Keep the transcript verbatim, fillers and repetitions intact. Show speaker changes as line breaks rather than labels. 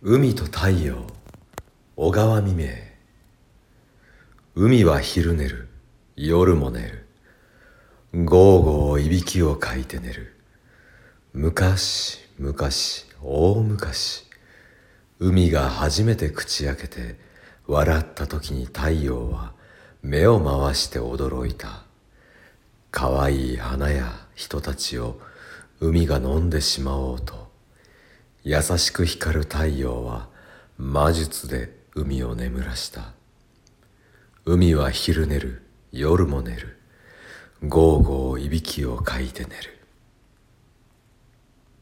海と太陽、小川未明。海は昼寝る、夜も寝る。ゴーゴーいびきをかいて寝る。昔、昔、大昔、海が初めて口開けて笑った時に太陽は目を回して驚いた。かわいい花や人たちを海が飲んでしまおうと、優しく光る太陽は魔術で海を眠らした。海は昼寝る、夜も寝る。ゴーゴーいびきをかいて寝る。